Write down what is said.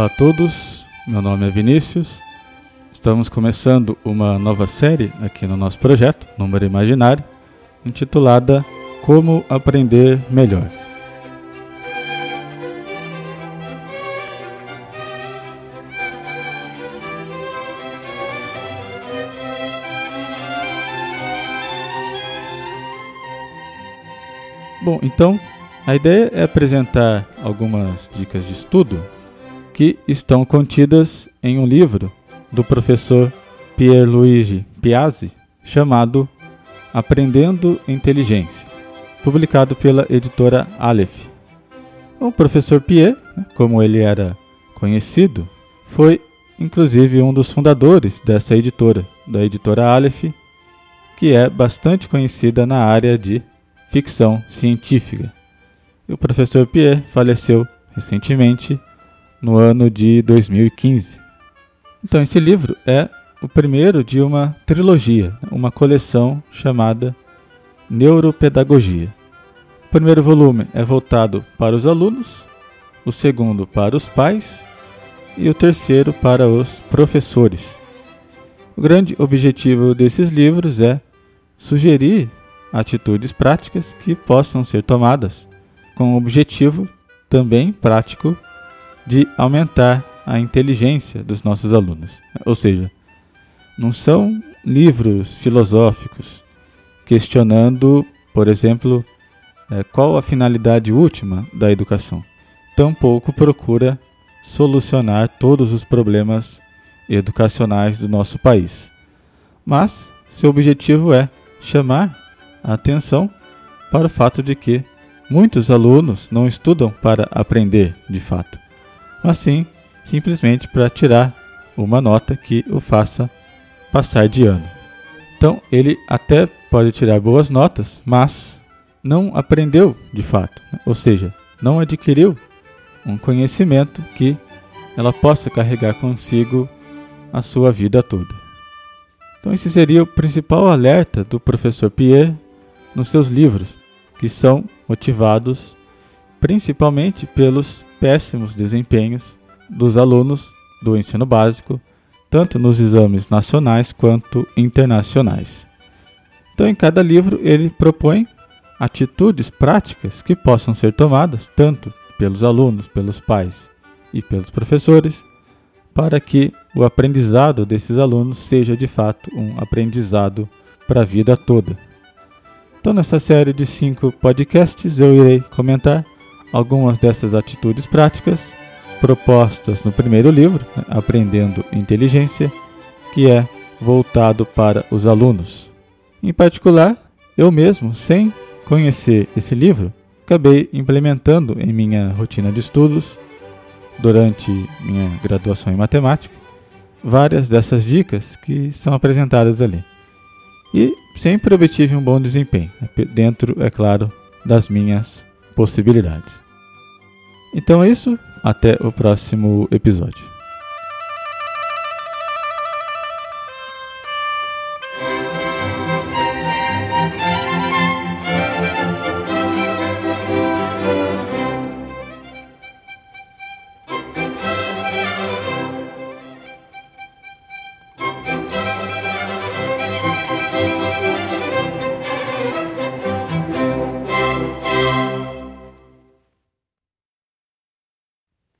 Olá a todos, meu nome é Vinícius. Estamos começando uma nova série aqui no nosso projeto, Número Imaginário, intitulada Como Aprender Melhor. Bom, então, a ideia é apresentar algumas dicas de estudo que estão contidas em um livro do professor Pierluigi Piazzi, chamado Aprendendo Inteligência, publicado pela editora Aleph. O professor Pierre, como ele era conhecido, foi inclusive um dos fundadores dessa editora, da editora Aleph, que é bastante conhecida na área de ficção científica. E o professor Pierre faleceu recentemente, no ano de 2015. Então, esse livro é o primeiro de uma trilogia, uma coleção chamada Neuropedagogia. O primeiro volume é voltado para os alunos, o segundo para os pais e o terceiro para os professores. O grande objetivo desses livros é sugerir atitudes práticas que possam ser tomadas com o objetivo também prático de aumentar a inteligência dos nossos alunos. Ou seja, não são livros filosóficos questionando, por exemplo, qual a finalidade última da educação. Tampouco procura solucionar todos os problemas educacionais do nosso país. Mas seu objetivo é chamar a atenção para o fato de que muitos alunos não estudam para aprender de fato, mas sim simplesmente para tirar uma nota que o faça passar de ano. Então ele até pode tirar boas notas, mas não aprendeu de fato, ou seja, não adquiriu um conhecimento que ela possa carregar consigo a sua vida toda. Então esse seria o principal alerta do professor Pierre nos seus livros, que são motivados principalmente pelos péssimos desempenhos dos alunos do ensino básico, tanto nos exames nacionais quanto internacionais. Então, em cada livro, ele propõe atitudes práticas que possam ser tomadas, tanto pelos alunos, pelos pais e pelos professores, para que o aprendizado desses alunos seja, de fato, um aprendizado para a vida toda. Então, nessa série de 5 podcasts, eu irei comentar algumas dessas atitudes práticas propostas no primeiro livro, Aprendendo Inteligência, que é voltado para os alunos. Em particular, eu mesmo, sem conhecer esse livro, acabei implementando em minha rotina de estudos, durante minha graduação em matemática, várias dessas dicas que são apresentadas ali. E sempre obtive um bom desempenho, dentro, é claro, das minhas possibilidades. Então é isso, até o próximo episódio.